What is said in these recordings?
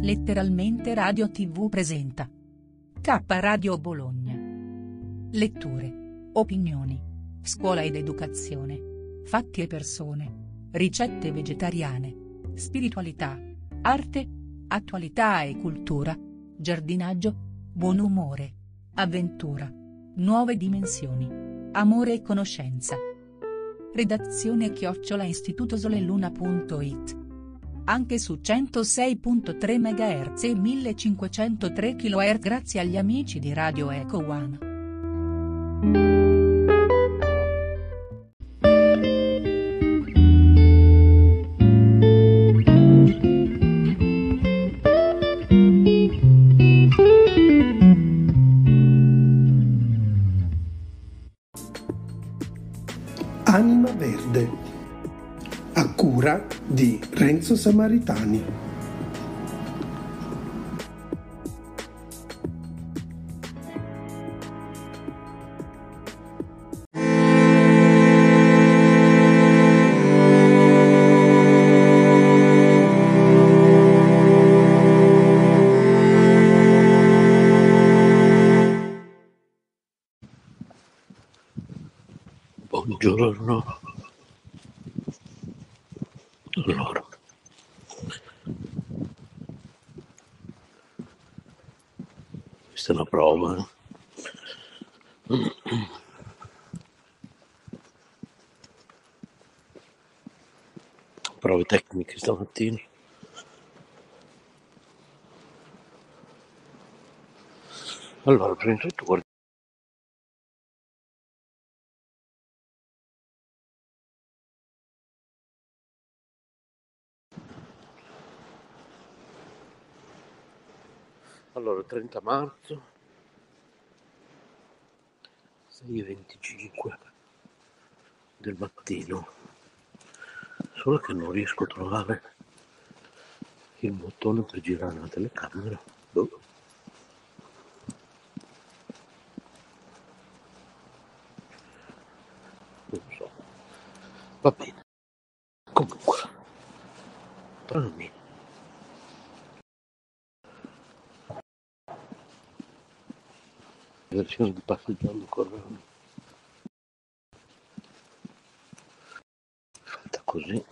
Letteralmente Radio TV presenta K Radio Bologna. Letture, opinioni, scuola ed educazione, fatti e persone, ricette vegetariane, spiritualità, arte, attualità e cultura, giardinaggio, buon umore, avventura, nuove dimensioni, amore e conoscenza. Redazione @istitutosoleluna.it. Anche su 106.3 MHz e 1503 kHz grazie agli amici di Radio Eco One. Anima Verde, a cura di Renzo Samaritani. Buongiorno. Allora, questa è una prova. Prove tecniche stamattina. Allora, prima di tutto Allora, 30 marzo, 6:25 del mattino. Solo che non riesco a trovare il bottone per girare la telecamera. Boh. Non so. Va bene. Comunque, tornami. Versione di Passeggiando con Rami. Fatta così.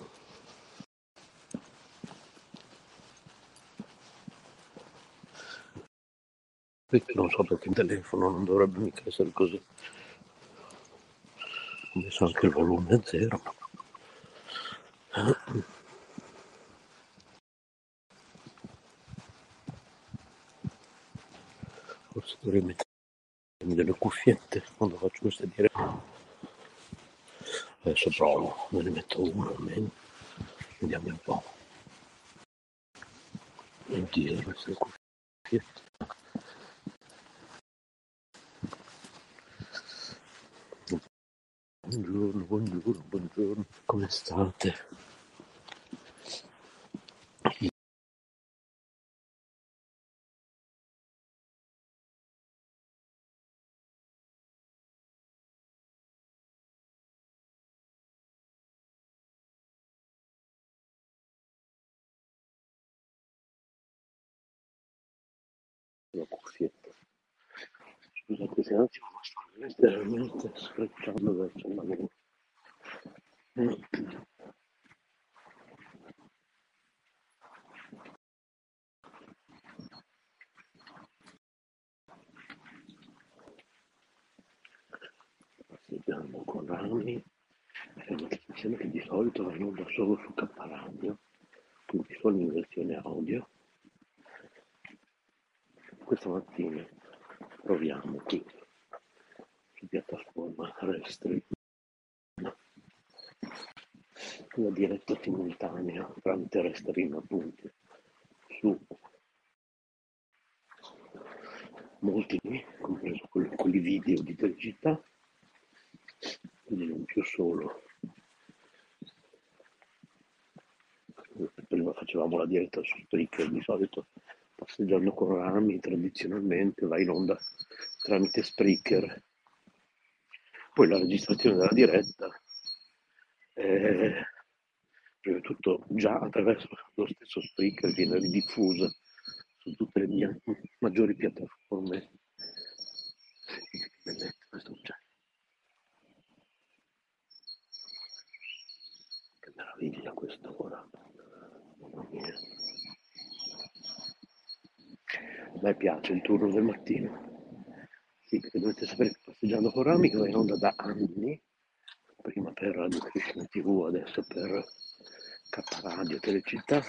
Non so perché il telefono non dovrebbe mica essere così. Ho messo anche il volume a 0. Forse dovrei mettermi delle cuffiette quando faccio queste dirette. Adesso provo, me ne metto uno almeno. Vediamo un po'. Oddio, queste cuffiette. Buongiorno. Come state? La cuffietta. Scusate se un attimo, ma sto letteralmente sfrecciando verso il lavoro. Passeggiando con Rami è una trasmissione che di solito va in onda solo su K Radio, quindi solo in versione audio. Questa mattina proviamo qui su piattaforma Restream una diretta simultanea tramite Restream appunto su molti, compreso quelli video di 3GT, quindi non più solo. Prima facevamo la diretta su Spreaker, di solito Passeggiando con Rami tradizionalmente va in onda tramite Spreaker. Poi la registrazione della diretta prima di tutto già attraverso lo stesso Spreaker viene ridiffusa su tutte le mie maggiori piattaforme. Che bellezza questo uccello. Che meraviglia questa ora. Mamma mia. A me piace il turno del mattino. Sì, perché dovete sapere che Passeggiando con Rami che va in onda da anni, prima per Radio Krishna TV, adesso per K Radio Telecittà.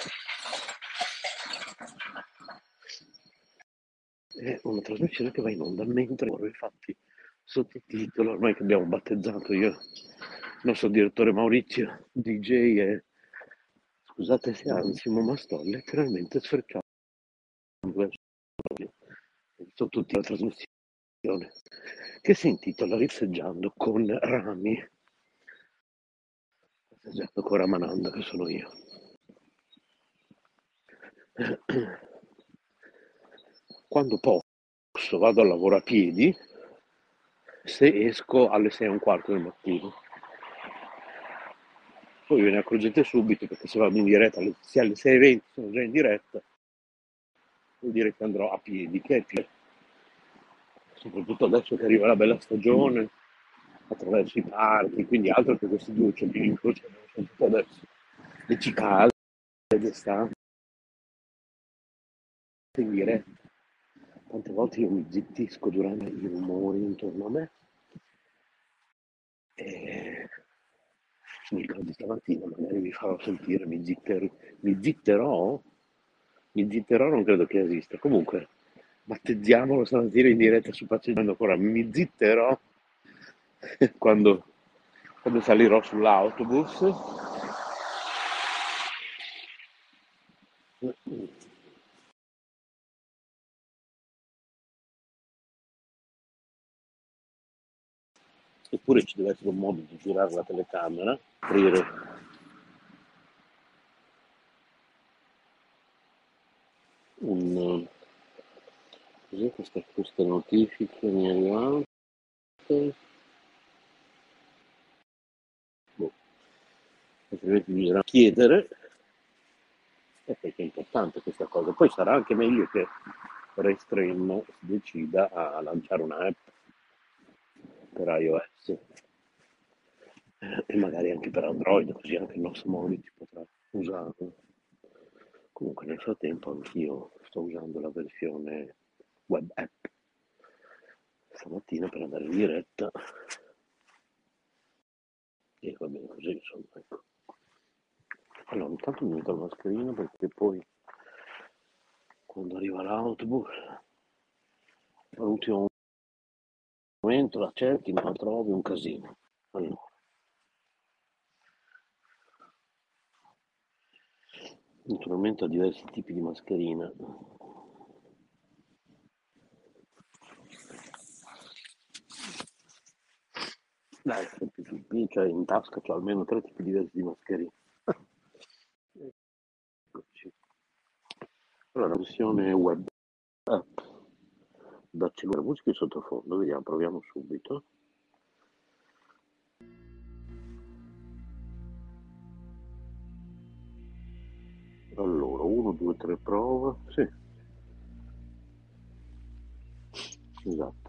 È una trasmissione che va in onda mentre lavoro, infatti sottotitolo, ormai che abbiamo battezzato io, il nostro direttore Maurizio, DJ e scusate se ansimo, ma sto letteralmente sfrecciando sottotitolo la trasmissione che si intitola Risseggiando con Rami, Risseggiando con Ramananda che sono io. Quando posso vado al lavoro a piedi, se esco alle 6:15 del mattino. Poi ve ne accorgete subito perché se vado in diretta se alle 6:20 sono già in diretta, vuol dire che andrò a piedi, che è più, soprattutto adesso che arriva la bella stagione, attraverso i parchi, quindi altro che questi due uccellini in croce, soprattutto adesso, le cicale d'estate in diretta. Tante volte io mi zittisco durante i rumori intorno a me e mi ricordo di stamattina, magari vi farò sentire, mi zitterò non credo che esista. Comunque, battezziamolo stamattina in diretta su Passeggiando ancora, mi zitterò quando, quando salirò sull'autobus. Eppure ci deve essere un modo di girare la telecamera, aprire un... Cos'è queste notifiche mi arrivate? Boh, altrimenti bisognerà chiedere, e perché è importante questa cosa. Poi sarà anche meglio che Restream si decida a lanciare una app per iOS e magari anche per Android, così anche il nostro Monitor potrà usarlo. Comunque nel frattempo anch'io sto usando la versione web app stamattina per andare in diretta e va bene così, insomma, ecco. Allora, intanto mi metto la mascherina perché poi quando arriva l'autobus all'ultimo momento la cerchi, non la trovi, un casino. Allora, naturalmente ho diversi tipi di mascherina. Dai, FFP2, cioè in tasca c'ho almeno 3 tipi diversi di mascherine. Eccoci. Allora, la versione web app da cellulare, musica in sottofondo, vediamo, proviamo subito. Allora, 1, 2, 3, prova, sì, esatto.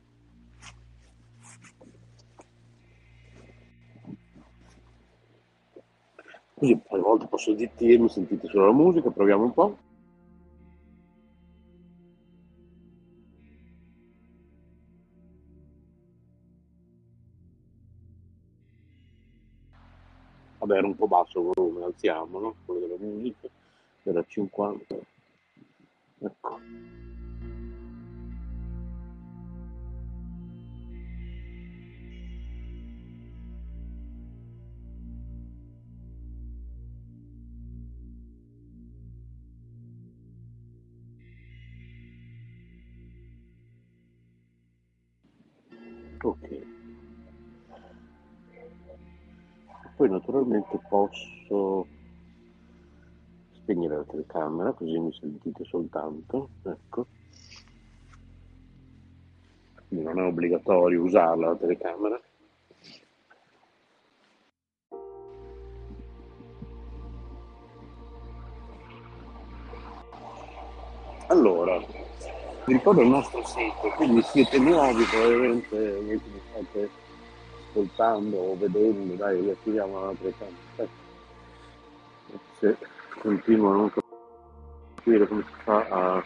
Così alle volte posso zittirmi, sentite solo la musica, proviamo un po'. Vabbè, era un po' basso il volume, alziamolo, quello della musica, era 50. Ecco, ok. Poi naturalmente posso spegnere la telecamera, così mi sentite soltanto, ecco. Quindi non è obbligatorio usarla la telecamera. Allora, vi ricordo il nostro sito, quindi siete nuovi, probabilmente voi che mi state ascoltando o vedendo, dai, riattiviamo la telecamera. Se continuo a non capire come si fa a...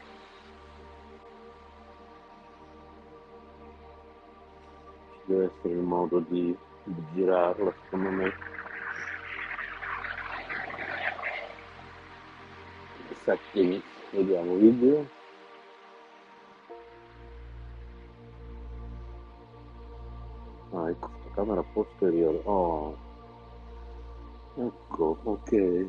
Ci deve essere il modo di girarlo, secondo me. Settings, vediamo video. Ah, ecco, camera posteriore. Oh, ecco, ok.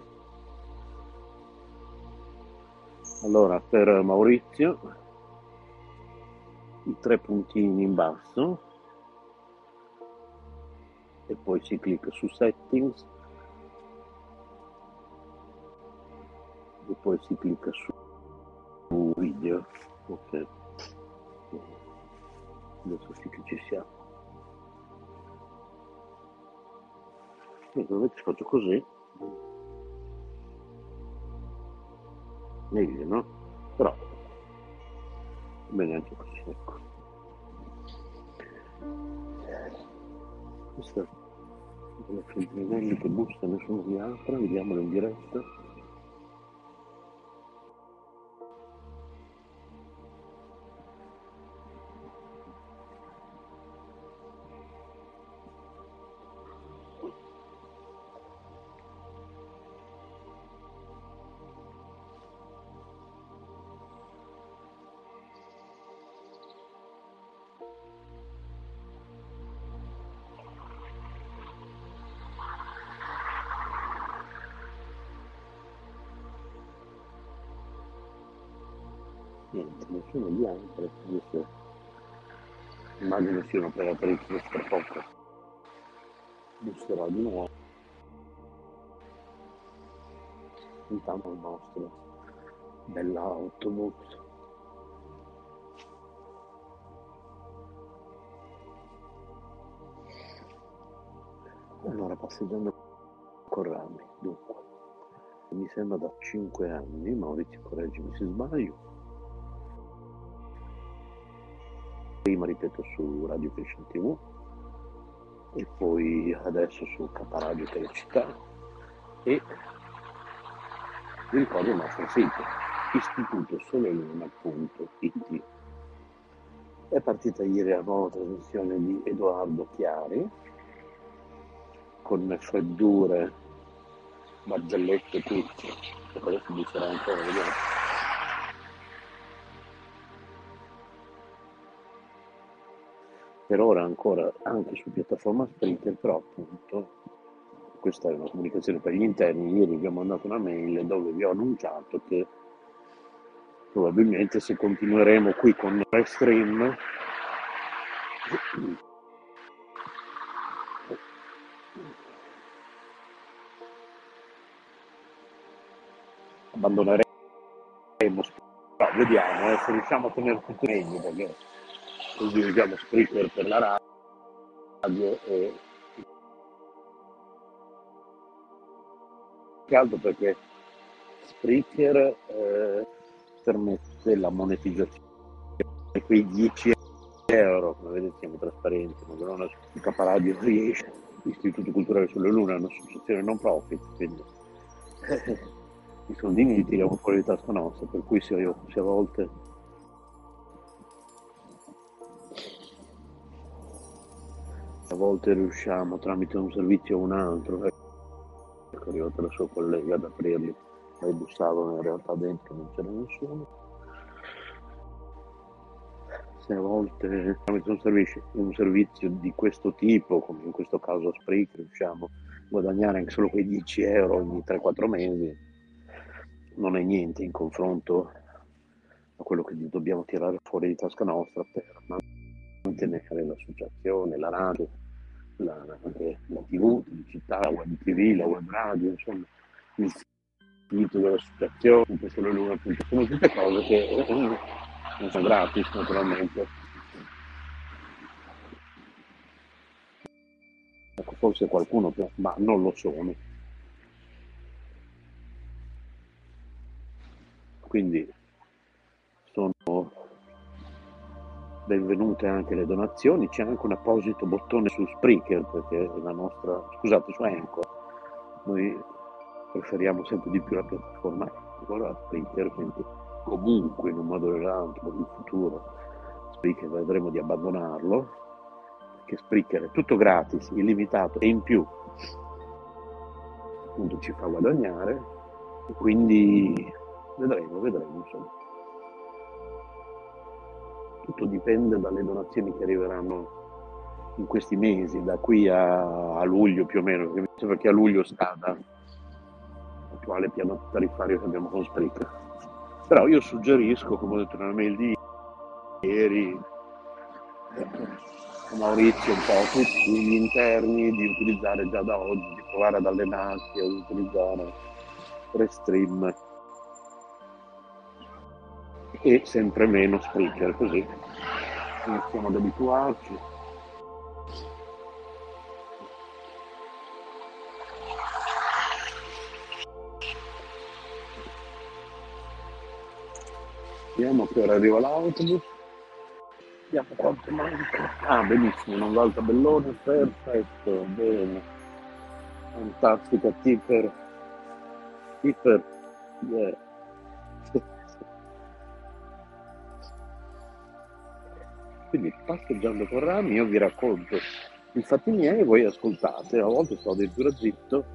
Allora, per Maurizio, i tre puntini in basso e poi si clicca su Settings e poi si clicca su Video. Ok, adesso sì che ci siamo. E dove ci faccio così? Meglio, no? Però, bene anche così, ecco. Questa è la Feltrinelli che bussa, nessuno vi apre, vediamolo in diretta. Niente, nessuno vi apre, adesso immagino sia un'operatrice per poco. Busserò di nuovo. Intanto il nostro bell'autobus. Allora, passeggiando con rami, dunque, mi sembra da 5 anni, Maurizio correggimi se sbaglio, prima ripeto su Radio Crescent TV e poi adesso su K Radio Telecittà e vi ricordo il nostro sito istitutosoleluna.it. È partita ieri la nuova trasmissione di Edoardo Chiari con freddure, barzellette, tutto. E poi adesso busserà ancora, vediamo. Per ora ancora anche su piattaforma Spreaker, però appunto questa è una comunicazione per gli interni. Ieri vi ho mandato una mail dove vi ho annunciato che probabilmente se continueremo qui con live stream abbandoneremo, però vediamo se riusciamo a tenere tutto meglio, perché così usiamo Spreaker per la radio e che altro perché Spreaker permette la monetizzazione, quei 10 euro, come vedete siamo trasparenti, non il Caparadio riesce, l'Istituto Culturale sulla Luna è un'associazione non profit, quindi i soldini li tiriamo fuori di tasca nostra, per cui se a volte riusciamo tramite un servizio o un altro, ecco, è arrivata la sua collega ad aprirli, poi bussavano, in realtà dentro non c'era nessuno. Se a volte tramite un servizio di questo tipo, come in questo caso Spreaker, riusciamo a guadagnare anche solo quei 10 euro ogni 3-4 mesi, non è niente in confronto a quello che dobbiamo tirare fuori di tasca nostra per mantenere l'associazione, la radio, anche la TV, la città, la web TV, la web radio, insomma, il sito dell'associazione, sono tutte cose che non sono gratis naturalmente. Ecco, forse qualcuno, ma non lo sono. Quindi benvenute anche le donazioni, c'è anche un apposito bottone su Spreaker, perché la nostra, scusate, su Anchor, noi preferiamo sempre di più la piattaforma Anchor, Spreaker, quindi comunque in un modo o nell'altro in futuro Spreaker vedremo di abbandonarlo, perché Spreaker è tutto gratis, illimitato e in più appunto ci fa guadagnare, e quindi vedremo insomma. Tutto dipende dalle donazioni che arriveranno in questi mesi, da qui a luglio più o meno, perché mi sembra che a luglio scada l'attuale piano tariffario che abbiamo con Spreaker. Però io suggerisco, come ho detto nella mail di ieri, a Maurizio un po' tutti gli interni, di utilizzare già da oggi, di provare ad allenarsi, ad utilizzare Restream e sempre meno Spreaker, così iniziamo ad abituarci. Vediamo che ora arriva l'autobus, vediamo quanto manca. Ah, benissimo, non va al tabellone, perfetto, bene, fantastica, tipper, yeah. Quindi passeggiando con Rami io vi racconto i fatti miei e voi ascoltate, a volte sto addirittura zitto.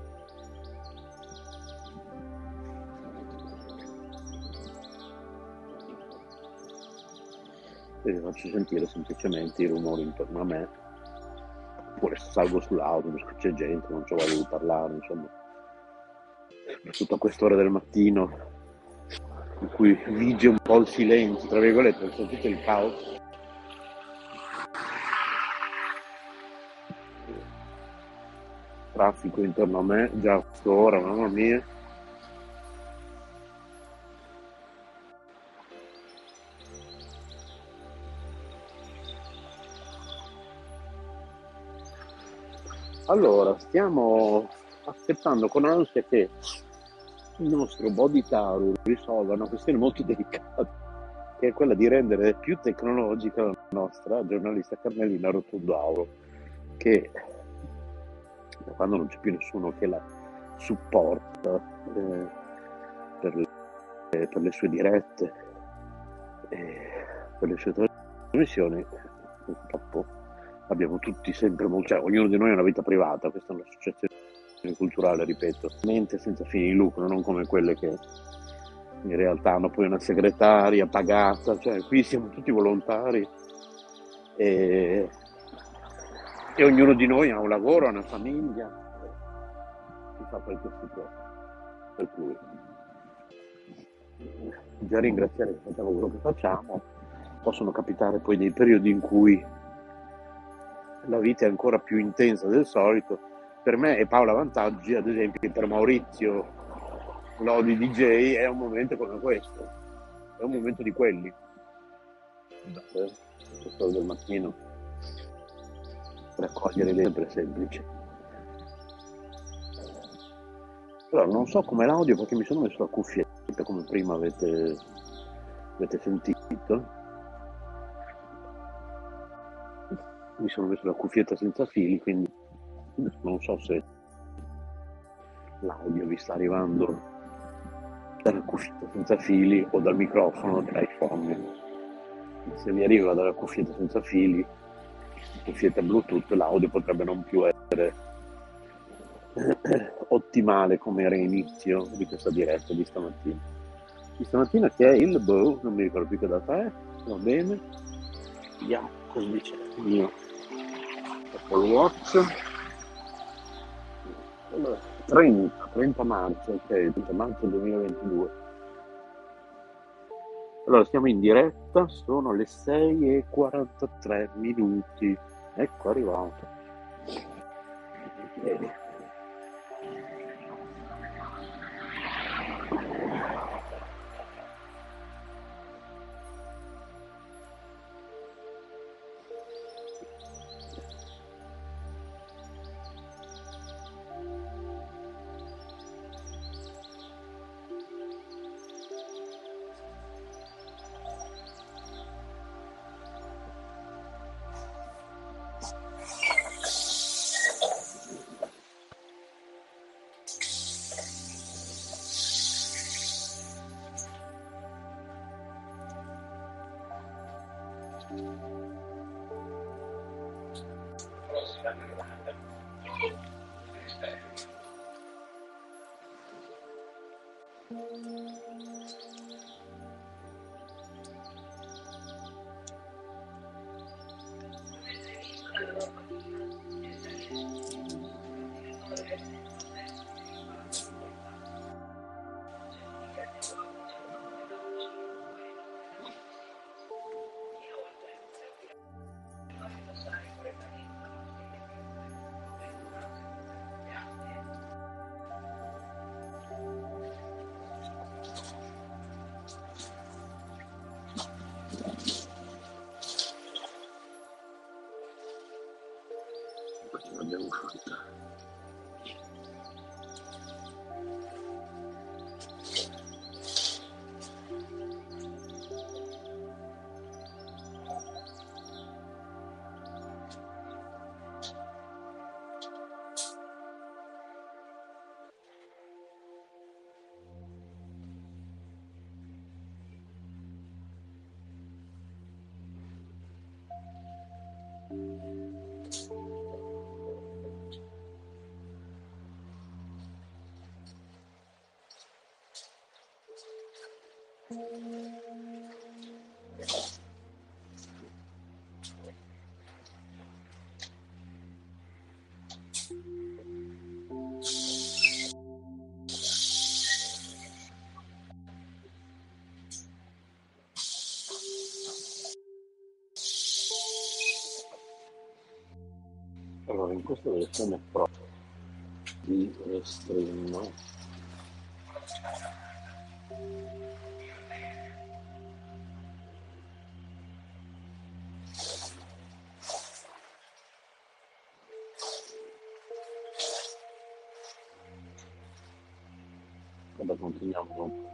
E vi faccio sentire semplicemente i rumori intorno a me, oppure se salgo sull'autobus che c'è gente, non c'ho voglia di parlare, insomma, soprattutto a quest'ora del mattino in cui vige un po' il silenzio, tra virgolette, sentite il caos. Traffico intorno a me, già a quest'ora, mamma mia. Allora, stiamo aspettando con ansia che il nostro Body Taru risolva una questione molto delicata, che è quella di rendere più tecnologica la nostra giornalista Carmelina Rotundauro, che da quando non c'è più nessuno che la supporta per le sue dirette e per le sue trasmissioni, purtroppo abbiamo tutti sempre cioè ognuno di noi ha una vita privata, questa è un'associazione culturale, ripeto, mente senza fini di lucro, non come quelle che in realtà hanno poi una segretaria pagata, cioè qui siamo tutti volontari e ognuno di noi ha un lavoro, ha una famiglia, si fa quel che si può, per cui già ringraziare il lavoro che facciamo. Possono capitare poi dei periodi in cui la vita è ancora più intensa del solito. Per me e Paola Vantaggi, ad esempio, per Maurizio Lodi DJ è un momento come questo, è un momento di quelli. Questo del mattino, raccogliere le sempre semplice. Però non so com'è l'audio perché mi sono messo la cuffietta come prima avete sentito. Mi sono messo la cuffietta senza fili, quindi non so se l'audio vi sta arrivando dalla cuffietta senza fili o dal microfono dell'iPhone. Se vi arriva dalla cuffietta senza fili, cuffietta Bluetooth, l'audio potrebbe non più essere ottimale come era inizio di questa diretta di stamattina. Di stamattina che è il non mi ricordo più che data è, va bene, vediamo cosa dice il mio Apple Watch. Allora, 30 marzo, ok, 30 marzo 2022. Allora, siamo in diretta, sono le 6:43. Ecco, arrivato. Bene. Questa l'abbiamo fatta. Allora, in questa versione Pro di Restream vabbè, continuiamo.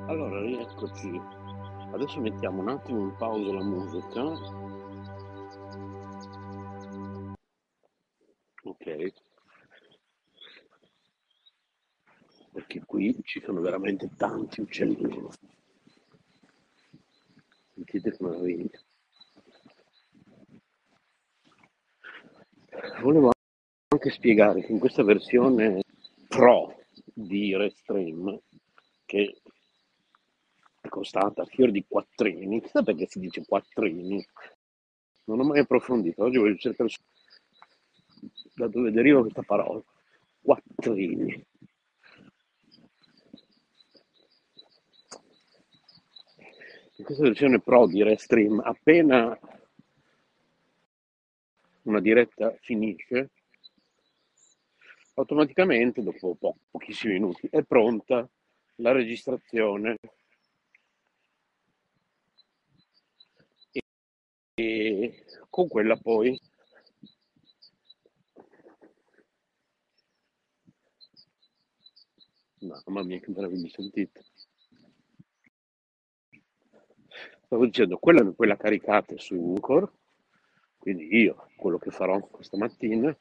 Allora, rieccoci. Adesso mettiamo un attimo in pausa la musica. Ok, perché qui ci sono veramente tanti uccellini. Sentite che meraviglia. Volevo anche spiegare che in questa versione Pro di Restream, che è costata fior di quattrini, chissà perché si dice quattrini, non ho mai approfondito, oggi voglio cercare da dove deriva questa parola, quattrini. In questa versione Pro di Restream, appena una diretta finisce, automaticamente, dopo pochissimi minuti, è pronta la registrazione e con quella poi mamma mia che meraviglia, sentite. Stavo dicendo, quella caricata su Anchor, quindi io quello che farò questa mattina,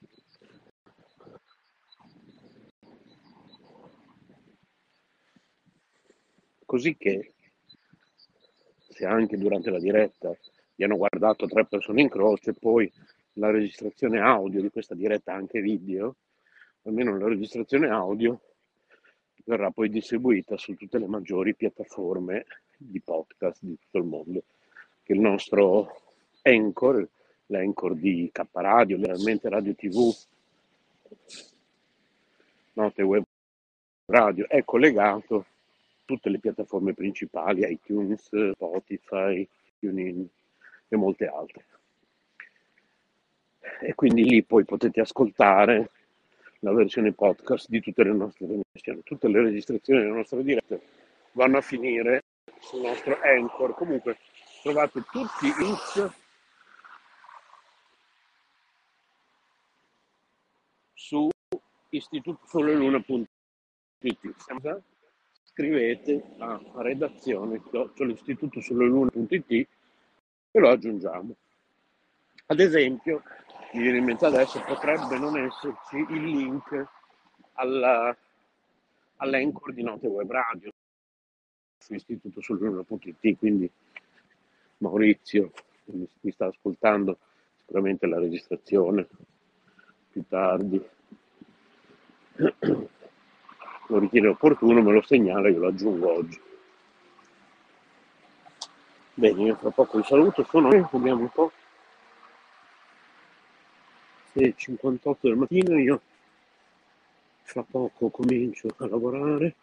così che se anche durante la diretta vi hanno guardato 3 persone in croce, poi la registrazione audio di questa diretta, anche video, almeno la registrazione audio, verrà poi distribuita su tutte le maggiori piattaforme di podcast di tutto il mondo. Che il nostro Anchor, l'Anchor di K Radio, veramente Radio TV, Note Web Radio, è collegato a tutte le piattaforme principali, iTunes, Spotify, TuneIn e molte altre. E quindi lì poi potete ascoltare la versione podcast di tutte le nostre trasmissioni. Tutte le registrazioni delle nostre dirette vanno a finire sul nostro Anchor. Comunque trovate tutti i links su istitutosoleluna.it. Scrivete a redazione istitutosoleluna.it e lo aggiungiamo. Ad esempio, mi viene in mente adesso, potrebbe non esserci il link all'Anchor di Note Web Radio su istitutosoleluna.it, quindi Maurizio mi sta ascoltando, sicuramente la registrazione più tardi lo ritiene opportuno, me lo segnala, io lo aggiungo oggi. Bene, io fra poco vi saluto, vediamo un po', 6:58 del mattino, io fra poco comincio a lavorare.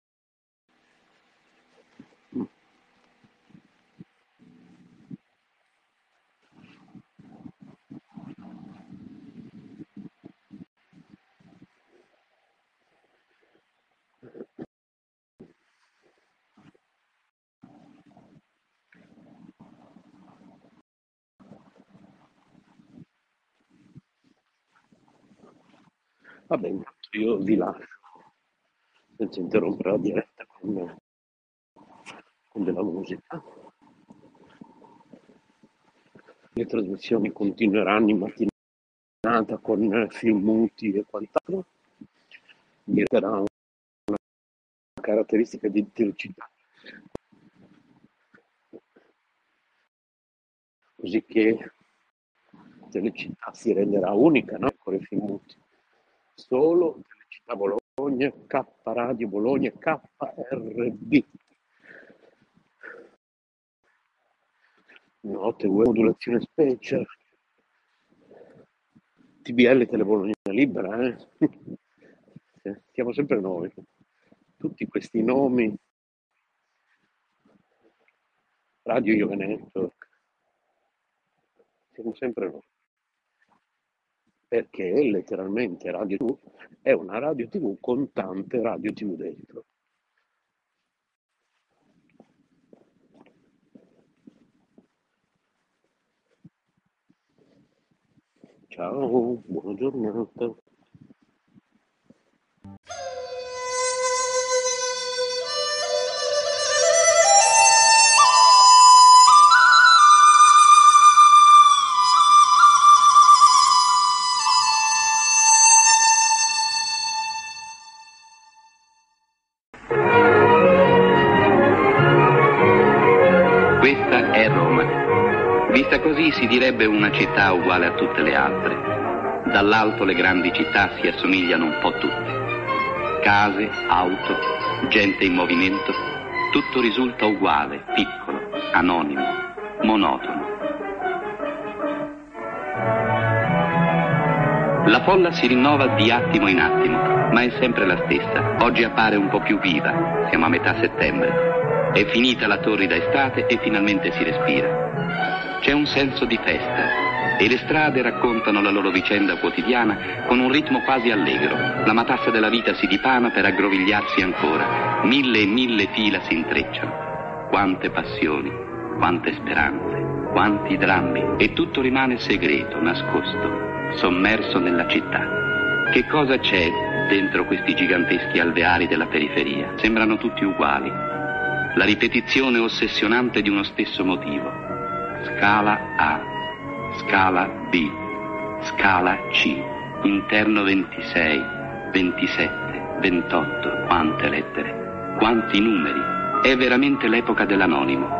Va bene, io vi lascio senza interrompere la diretta con della musica. Le trasmissioni continueranno in mattinata con film muti e quant'altro. Mi sarà una caratteristica di telecittà, così che Telecittà si renderà unica, no? Con i film muti. Solo Telecittà Bologna, K Radio Bologna, KRB. Note web, modulazione special, TBL Tele Bologna Libera, siamo sempre noi. Tutti questi nomi, Radio Yoga Network, siamo sempre noi. Perché letteralmente Radio TV è una radio TV con tante radio TV dentro. Ciao, buona giornata. Questa è Roma. Vista così si direbbe una città uguale a tutte le altre. Dall'alto le grandi città si assomigliano un po' tutte. Case, auto, gente in movimento, tutto risulta uguale, piccolo, anonimo, monotono. La folla si rinnova di attimo in attimo, ma è sempre la stessa. Oggi appare un po' più viva, siamo a metà settembre. È finita la torrida estate e finalmente si respira. C'è un senso di festa e le strade raccontano la loro vicenda quotidiana con un ritmo quasi allegro. La matassa della vita si dipana per aggrovigliarsi ancora. Mille e mille fila si intrecciano. Quante passioni, quante speranze, quanti drammi. E tutto rimane segreto, nascosto, sommerso nella città. Che cosa c'è dentro questi giganteschi alveari della periferia? Sembrano tutti uguali. La ripetizione ossessionante di uno stesso motivo. Scala A, scala B, scala C, interno 26, 27, 28, quante lettere, quanti numeri. È veramente l'epoca dell'anonimo.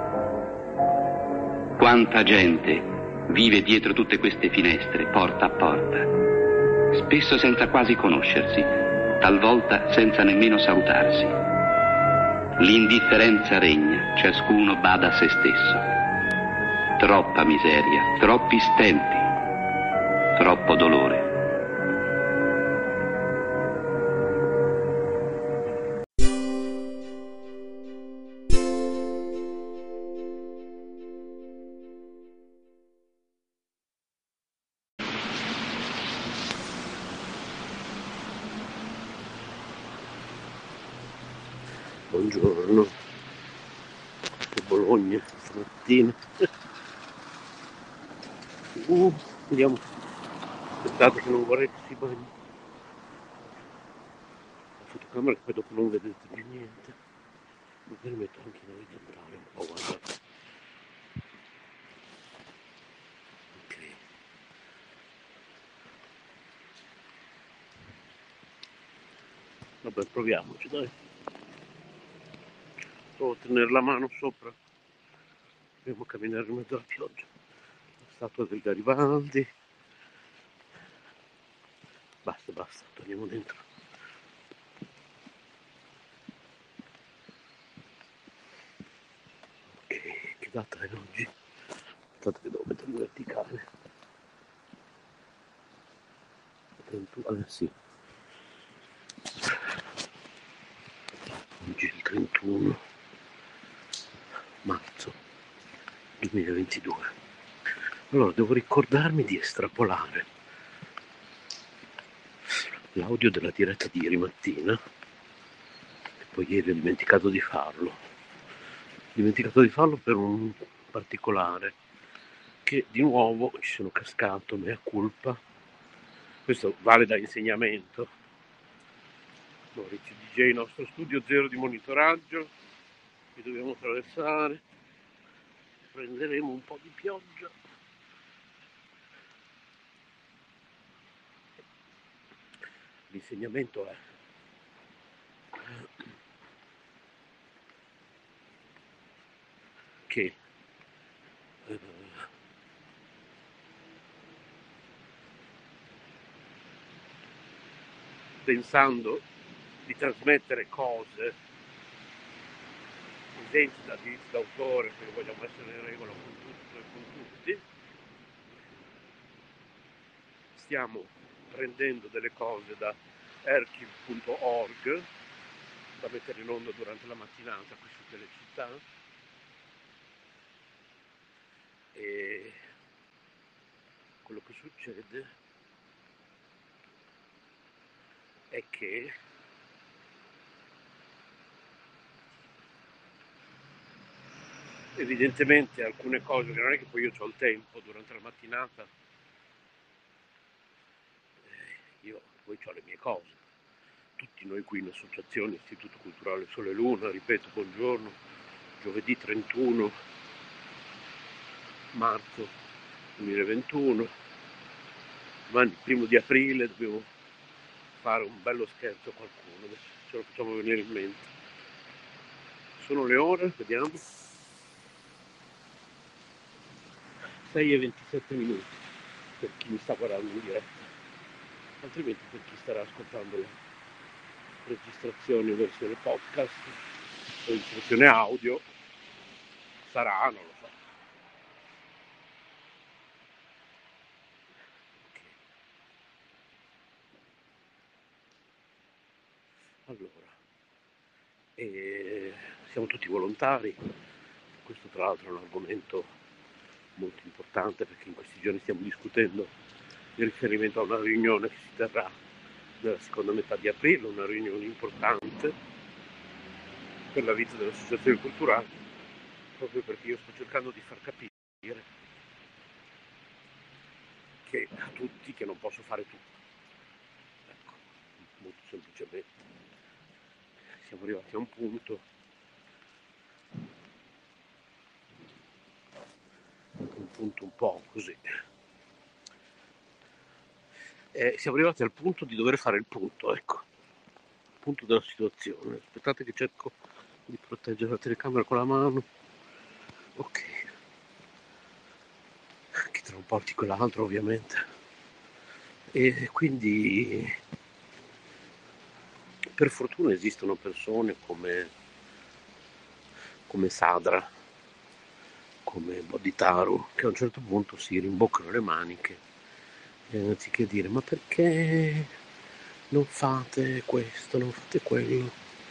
Quanta gente vive dietro tutte queste finestre, porta a porta, spesso senza quasi conoscersi, talvolta senza nemmeno salutarsi. L'indifferenza regna, ciascuno bada a se stesso. Troppa miseria, troppi stenti, troppo dolore. Buongiorno, che Bologna stamattina. Andiamo. Aspettate che non vorrei che si bagni la fotocamera, che poi dopo non vedete più niente. Magari metto anche in orizzontale un po', guardate. Ok. Vabbè, proviamoci, dai. Provo a tenere la mano sopra. Dobbiamo camminare in mezzo alla pioggia. La statua del Garibaldi. Basta, torniamo dentro. Ok, che data è oggi? Aspettate che devo mettere in verticale. 31, sì. Oggi è il 31 marzo 2022. Allora devo ricordarmi di estrapolare l'audio della diretta di ieri mattina, e poi ieri ho dimenticato di farlo. Per un particolare, che di nuovo ci sono cascato, mea culpa. Questo vale da insegnamento. Maurizio DJ, nostro studio zero di monitoraggio, che dobbiamo attraversare. Prenderemo un po' di pioggia. L'insegnamento è che pensando di trasmettere cose esenti da diritti d'autore, perché vogliamo essere in regola con tutto e con tutti, stiamo prendendo delle cose da archive.org da mettere in onda durante la mattinata qui su Telecittà, e quello che succede è che evidentemente alcune cose, che non è che poi io ho il tempo durante la mattinata, io poi ho le mie cose, tutti noi qui in associazione Istituto Culturale Sole e Luna, ripeto, buongiorno, giovedì 31 marzo 2021, domani 1 di aprile dobbiamo fare un bello scherzo a qualcuno, adesso ce lo facciamo venire in mente. Sono le ore, vediamo, 6:27 per chi mi sta guardando in diretta, altrimenti per chi starà ascoltando la registrazione in versione podcast, registrazione audio, sarà, non lo so. Allora, siamo tutti volontari, questo tra l'altro è un argomento molto importante perché in questi giorni stiamo discutendo in riferimento a una riunione che si terrà nella seconda metà di aprile, una riunione importante per la vita delle associazioni culturali, proprio perché io sto cercando di far capire che a tutti che non posso fare tutto. Ecco, molto semplicemente. Siamo arrivati a un punto un po' così. Siamo arrivati al punto di dover fare il punto, ecco, il punto della situazione. Aspettate che cerco di proteggere la telecamera con la mano. Ok. Che tra un po' quell'altro ovviamente. E quindi per fortuna esistono persone come Sadra, come Bodhitaru, che a un certo punto si rimboccano le maniche e anziché dire ma perché non fate questo, non fate quello,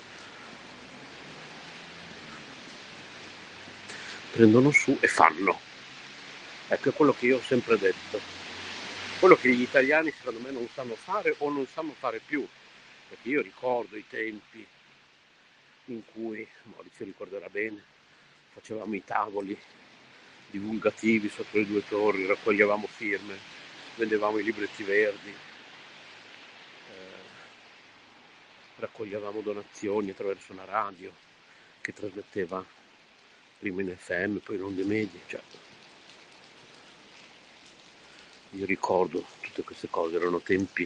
prendono su e fanno. Ecco, è quello che io ho sempre detto, quello che gli italiani secondo me non sanno fare o non sanno fare più, perché io ricordo i tempi in cui, Maurizio ricorderà bene, facevamo i tavoli divulgativi sotto le 2 torri, raccoglievamo firme, vendevamo i libretti verdi, raccoglievamo donazioni attraverso una radio che trasmetteva prima in FM, poi in onde medie, cioè. Io ricordo tutte queste cose, erano tempi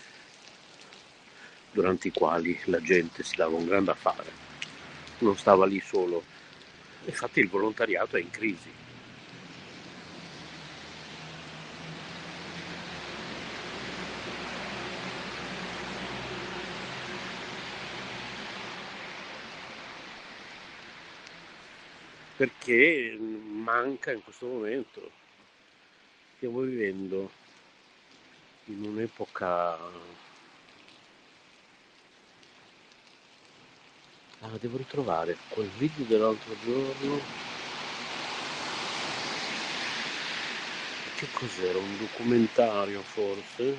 durante i quali la gente si dava un gran da fare, non stava lì solo. Infatti il volontariato è in crisi. Perché manca in questo momento. Stiamo vivendo in un'epoca... devo ritrovare quel video dell'altro giorno. Che cos'era? Un documentario forse?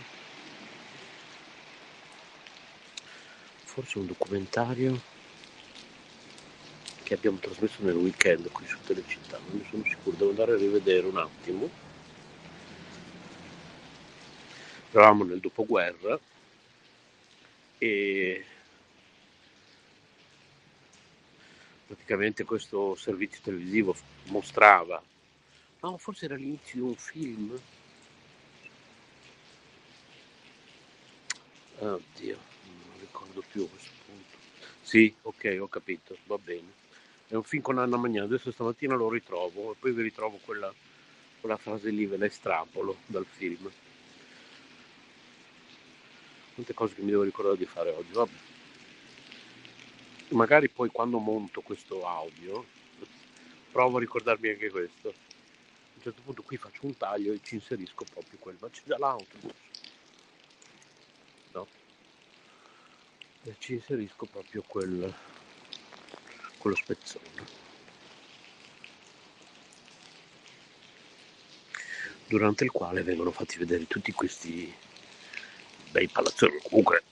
Forse un documentario che abbiamo trasmesso nel weekend qui su Telecittà, non ne sono sicuro, devo andare a rivedere un attimo. Eravamo nel dopoguerra e praticamente questo servizio televisivo mostrava, no, forse era l'inizio di un film. Oddio, non ricordo più a questo punto. Sì, ok, ho capito, va bene. È un film con Anna Magnani, adesso stamattina lo ritrovo e poi vi ritrovo quella frase lì, ve la estrapolo dal film. Quante cose che mi devo ricordare di fare oggi, vabbè. Magari poi quando monto questo audio provo a ricordarmi anche questo. A un certo punto qui faccio un taglio e ci inserisco proprio quello, ma c'è già l'autobus, no? E ci inserisco proprio quello spezzone, durante il quale vengono fatti vedere tutti questi bei palazzoni, comunque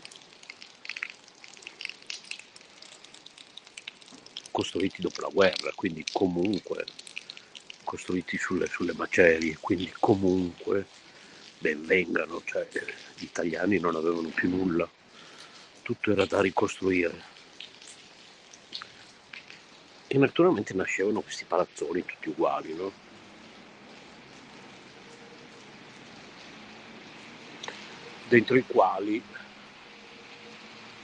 costruiti dopo la guerra, quindi comunque costruiti sulle macerie, quindi comunque ben vengano, cioè gli italiani non avevano più nulla, tutto era da ricostruire. E naturalmente nascevano questi palazzoni tutti uguali, no? Dentro i quali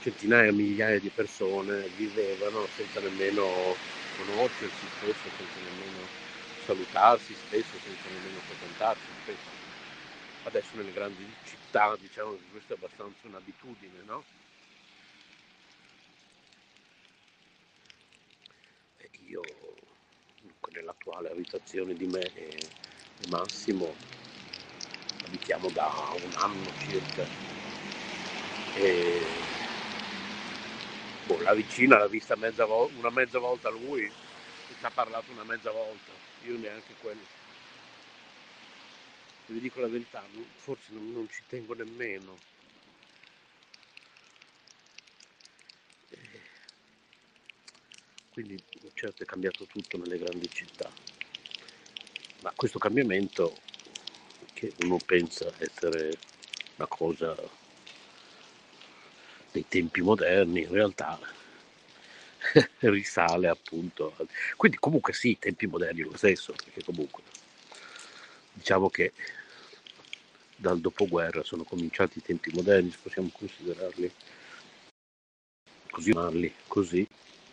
centinaia, migliaia di persone vivevano senza nemmeno conoscersi spesso, senza nemmeno salutarsi spesso, senza nemmeno frequentarsi spesso. Adesso nelle grandi città diciamo che questa è abbastanza un'abitudine, no? E io nell'attuale abitazione di me e Massimo abitiamo da un anno circa e la vicina l'ha vista una mezza volta lui e ci ha parlato una mezza volta, io neanche quello. Vi dico la verità, forse non ci tengo nemmeno. Quindi certo è cambiato tutto nelle grandi città, ma questo cambiamento, che uno pensa essere una cosa dei tempi moderni, in realtà risale appunto. Quindi comunque sì, i tempi moderni lo stesso, perché comunque diciamo che dal dopoguerra sono cominciati i tempi moderni, se possiamo considerarli così,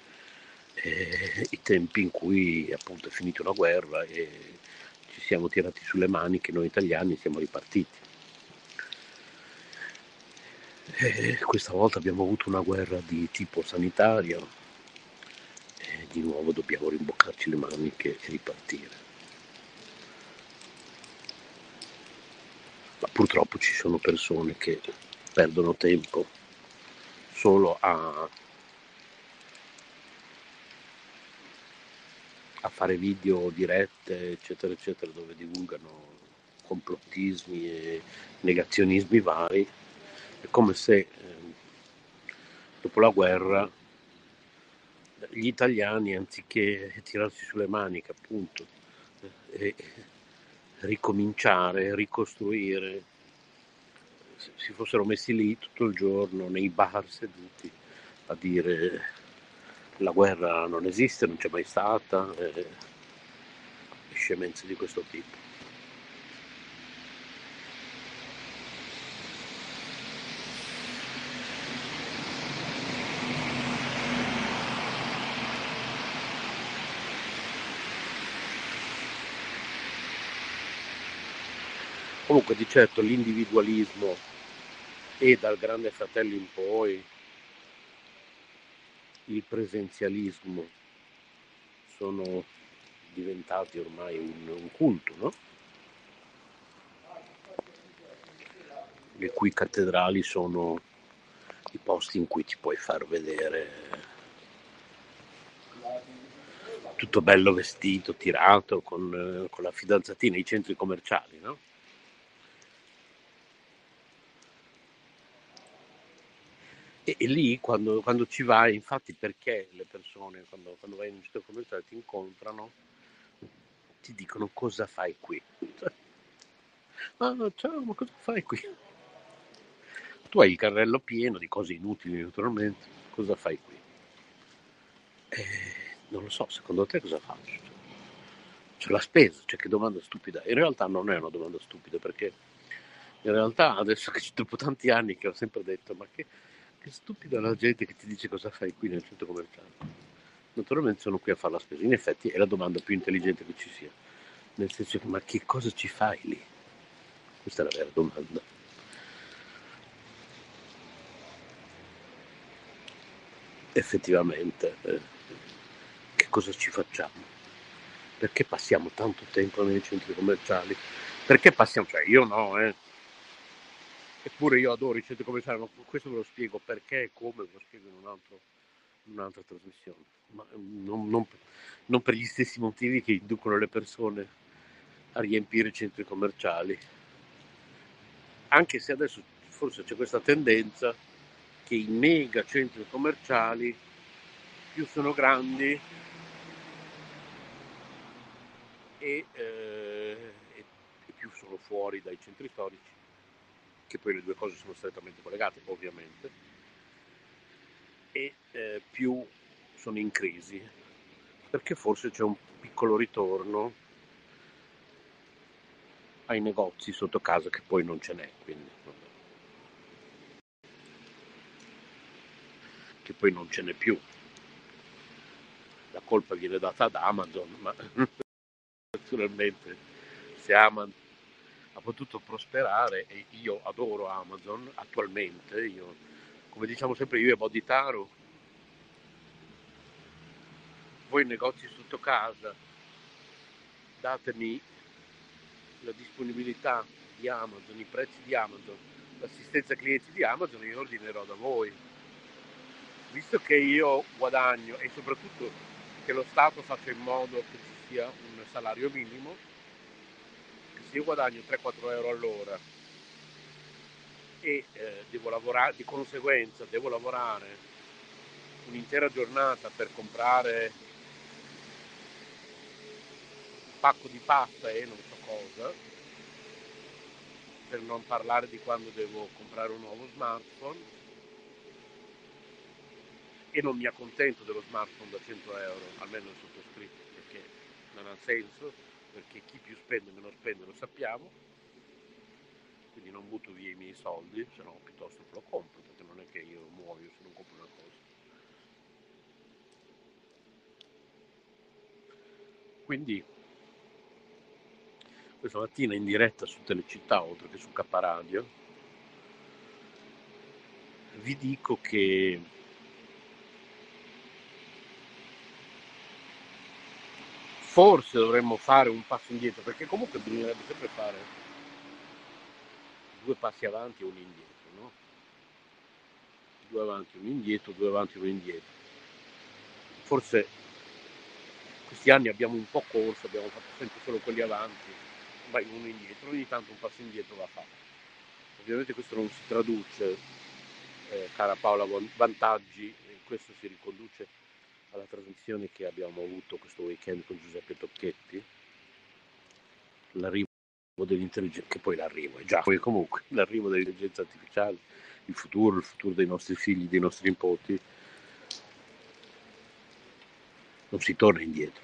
i tempi in cui appunto è finita una guerra e ci siamo tirati sulle maniche noi italiani, siamo ripartiti. Questa volta abbiamo avuto una guerra di tipo sanitario e di nuovo dobbiamo rimboccarci le maniche e ripartire. Ma purtroppo ci sono persone che perdono tempo solo a fare video, dirette, eccetera, eccetera, dove divulgano complottismi e negazionismi vari. È come se dopo la guerra gli italiani, anziché tirarsi sulle maniche, appunto, e ricominciare, ricostruire, si fossero messi lì tutto il giorno nei bar seduti a dire la guerra non esiste, non c'è mai stata, e scemenze di questo tipo. Comunque di certo l'individualismo e dal Grande Fratello in poi il presenzialismo sono diventati ormai un culto, no? Le cui cattedrali sono i posti in cui ti puoi far vedere tutto bello vestito, tirato, con la fidanzatina, i centri commerciali, no? E lì quando ci vai, infatti, perché le persone quando vai in un centro commerciale ti incontrano, ti dicono cosa fai qui? Ah, ciao, ma cosa fai qui? Tu hai il carrello pieno di cose inutili, naturalmente. Cosa fai qui? Non lo so, secondo te cosa faccio? C'è la spesa, che domanda stupida. In realtà non è una domanda stupida, perché in realtà adesso che dopo tanti anni che ho sempre detto, ma che stupida la gente che ti dice cosa fai qui nel centro commerciale. Naturalmente sono qui a fare la spesa. In effetti è la domanda più intelligente che ci sia. Nel senso che, ma che cosa ci fai lì? Questa è la vera domanda. Effettivamente, che cosa ci facciamo? Perché passiamo tanto tempo nei centri commerciali? Perché passiamo, io no, eppure io adoro i centri commerciali, ma questo ve lo spiego perché e come, ve lo spiego in un'altra trasmissione, ma non per gli stessi motivi che inducono le persone a riempire i centri commerciali, anche se adesso forse c'è questa tendenza che i mega centri commerciali più sono grandi e più sono fuori dai centri storici, che poi le due cose sono strettamente collegate ovviamente, e più sono in crisi, perché forse c'è un piccolo ritorno ai negozi sotto casa che poi non ce n'è, quindi poi non ce n'è più. La colpa viene data ad Amazon, ma naturalmente se Amazon ha potuto prosperare, e io adoro Amazon attualmente, io, come diciamo sempre io e Bodhitaro, voi negozi sotto casa, datemi la disponibilità di Amazon, i prezzi di Amazon, l'assistenza clienti di Amazon, io ordinerò da voi. Visto che io guadagno, e soprattutto che lo Stato faccia in modo che ci sia un salario minimo, che se io guadagno 3-4 euro all'ora e devo lavorare, di conseguenza devo lavorare un'intera giornata per comprare un pacco di pasta e non so cosa, per non parlare di quando devo comprare un nuovo smartphone, e non mi accontento dello smartphone da 100 euro, almeno il sottoscritto, perché non ha senso, perché chi più spende meno spende, lo sappiamo, quindi non butto via i miei soldi, se no piuttosto lo compro, perché non è che io muoio se non compro una cosa. Quindi questa mattina in diretta su Telecittà, oltre che su K Radio, vi dico che forse dovremmo fare un passo indietro, perché comunque bisognerebbe sempre fare 2 passi avanti e 1 indietro, no? 2 avanti, 1 indietro, 2 avanti, 1 indietro. Forse questi anni abbiamo un po' corso, abbiamo fatto sempre solo quelli avanti, vai 1 indietro, ogni tanto un passo indietro va fatto. Ovviamente questo non si traduce, cara Paola Vantaggi, e questo si riconduce alla trasmissione che abbiamo avuto questo weekend con Giuseppe Tocchetti, l'arrivo dell'intelligenza, che poi l'arrivo è già, poi comunque l'arrivo dell'intelligenza artificiale, il futuro dei nostri figli, dei nostri nipoti, non si torna indietro.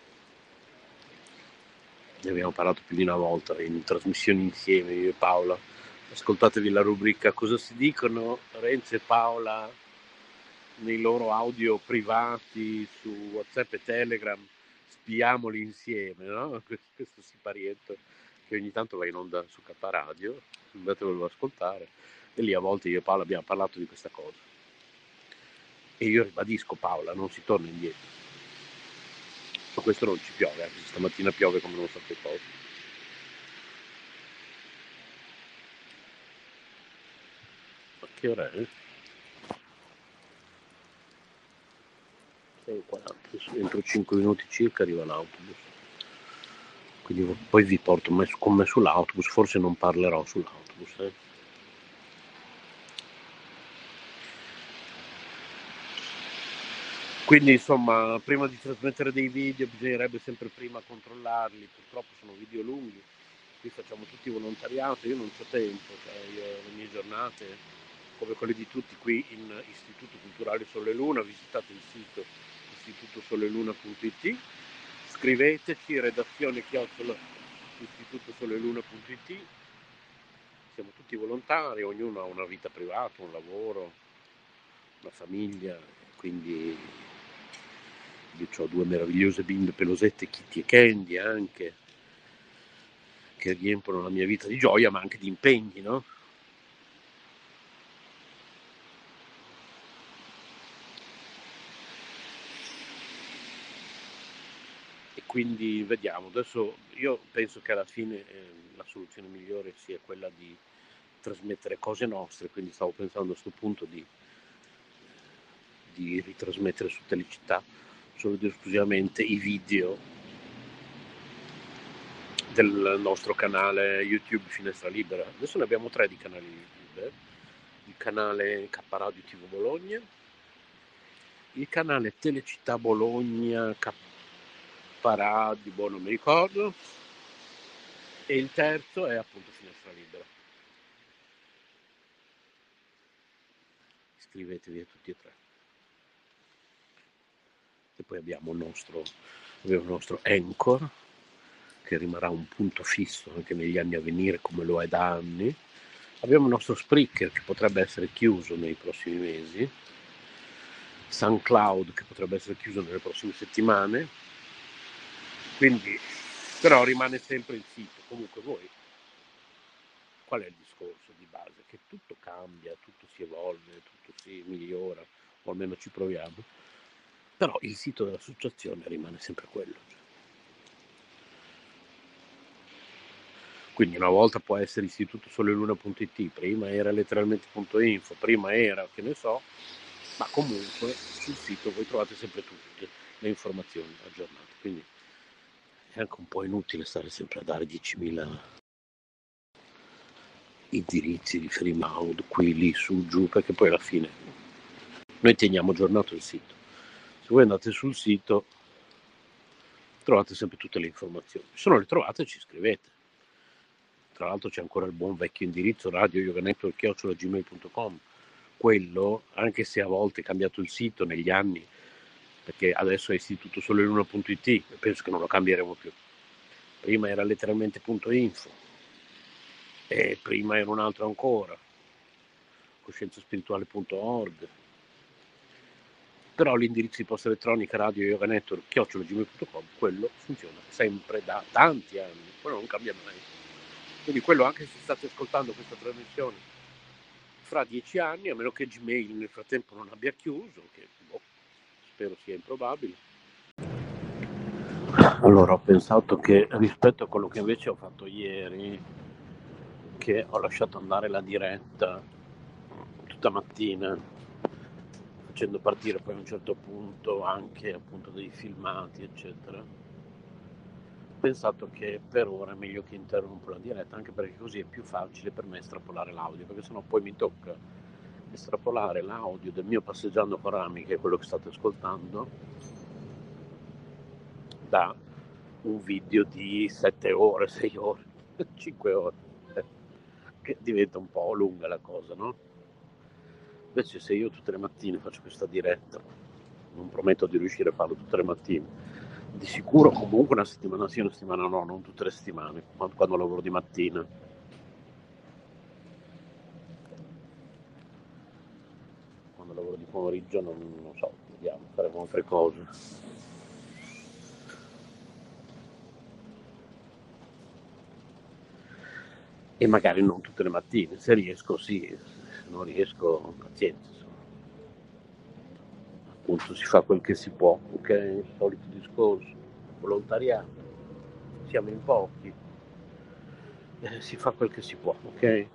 Ne abbiamo parlato più di una volta in trasmissioni insieme, io e Paola. Ascoltatevi la rubrica Cosa si dicono Renzo e Paola nei loro audio privati su WhatsApp e Telegram, spiamoli insieme, no? Questo siparietto che ogni tanto va in onda su K Radio, andatevelo ad ascoltare, e lì a volte io e Paola abbiamo parlato di questa cosa. E io ribadisco, Paola, non si torna indietro. Su questo non ci piove, anche se stamattina piove come non so che cosa. Ma che ora è? 6:40, entro 5 minuti circa arriva l'autobus. Quindi poi vi porto con me sull'autobus, forse non parlerò sull'autobus. Quindi insomma, prima di trasmettere dei video bisognerebbe sempre prima controllarli, purtroppo sono video lunghi, qui facciamo tutti volontariato, io non ho tempo, io le mie giornate, come quelle di tutti qui in Istituto Culturale Sole Luna, visitate il sito istitutosoleluna.it, scriveteci redazione@istitutosoleluna.it, siamo tutti volontari, ognuno ha una vita privata, un lavoro, una famiglia, quindi io ho 2 meravigliose bimbe pelosette, Kitty e Candy, anche, che riempiono la mia vita di gioia, ma anche di impegni, no? E quindi vediamo, adesso io penso che alla fine la soluzione migliore sia quella di trasmettere cose nostre, quindi stavo pensando a questo punto di ritrasmettere su Telecittà solo ed esclusivamente i video del nostro canale YouTube Finestra Libera. Adesso ne abbiamo 3 di canali YouTube, il canale K Radio TV Bologna, il canale Telecittà Bologna K Radio, non mi ricordo, e il terzo è appunto Finestra Libera. Iscrivetevi a tutti e 3. E poi abbiamo il nostro Anchor, che rimarrà un punto fisso anche negli anni a venire, come lo è da anni. Abbiamo il nostro Spreaker, che potrebbe essere chiuso nei prossimi mesi, SoundCloud che potrebbe essere chiuso nelle prossime settimane, quindi però rimane sempre il sito. Comunque voi, qual è il discorso di base? Che tutto cambia, tutto si evolve, tutto si migliora, o almeno ci proviamo, però il sito dell'associazione rimane sempre quello. Quindi una volta può essere istitutosoleluna.it, prima era letteralmente.info, prima era che ne so, ma comunque sul sito voi trovate sempre tutte le informazioni aggiornate, quindi è anche un po' inutile stare sempre a dare 10.000 indirizzi, riferimento, qui, lì, su, giù, perché poi alla fine noi teniamo aggiornato il sito. Se voi andate sul sito trovate sempre tutte le informazioni, se non le trovate ci scrivete. Tra l'altro c'è ancora il buon vecchio indirizzo radioyoganetwork@gmail.com, quello, anche se a volte è cambiato il sito negli anni, perché adesso è istitutosoleluna.it e penso che non lo cambieremo più. Prima era letteralmente.info e prima era un altro ancora, coscienzaspirituale.org. Però l'indirizzo di posta elettronica radioyoganetwork@gmail.com, quello funziona sempre da tanti anni, quello non cambia mai. Quindi quello, anche se state ascoltando questa trasmissione fra 10 anni, a meno che Gmail nel frattempo non abbia chiuso, che spero sia improbabile. Allora ho pensato che rispetto a quello che invece ho fatto ieri, che ho lasciato andare la diretta tutta mattina, facendo partire poi a un certo punto anche appunto dei filmati eccetera, ho pensato che per ora è meglio che interrompo la diretta, anche perché così è più facile per me estrapolare l'audio, perché sennò poi mi tocca estrapolare l'audio del mio Passeggiando con Rami, che è quello che state ascoltando, da un video di 7 ore, 6 ore, 5 ore, che diventa un po' lunga la cosa, no? Invece se io tutte le mattine faccio questa diretta, non prometto di riuscire a farlo tutte le mattine, di sicuro comunque una settimana sì, una settimana no, non tutte le settimane, quando lavoro di mattina. Quando lavoro di pomeriggio non so, vediamo, faremo altre cose. E magari non tutte le mattine, se riesco sì, se non riesco pazienza. Appunto si fa quel che si può, ok? Il solito discorso, volontariato, siamo in pochi, si fa quel che si può, ok?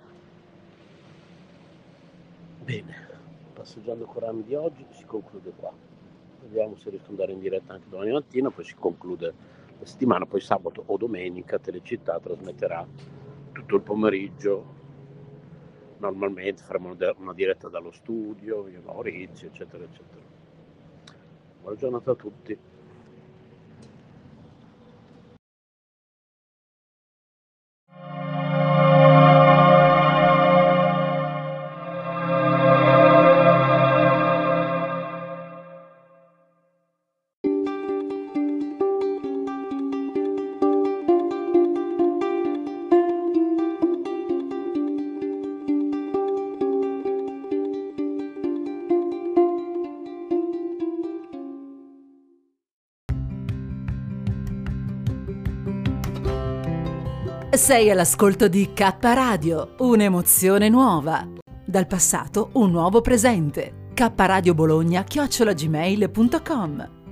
Bene, Passeggiando con Rami di oggi si conclude qua. Vediamo se riesco ad andare in diretta anche domani mattina, poi si conclude la settimana, poi sabato o domenica Telecittà trasmetterà tutto il pomeriggio. Normalmente faremo una diretta dallo studio, io Maurizio, eccetera, eccetera. Buona giornata a tutti. Sei all'ascolto di K Radio, un'emozione nuova. Dal passato un nuovo presente. kradiobologna@gmail.com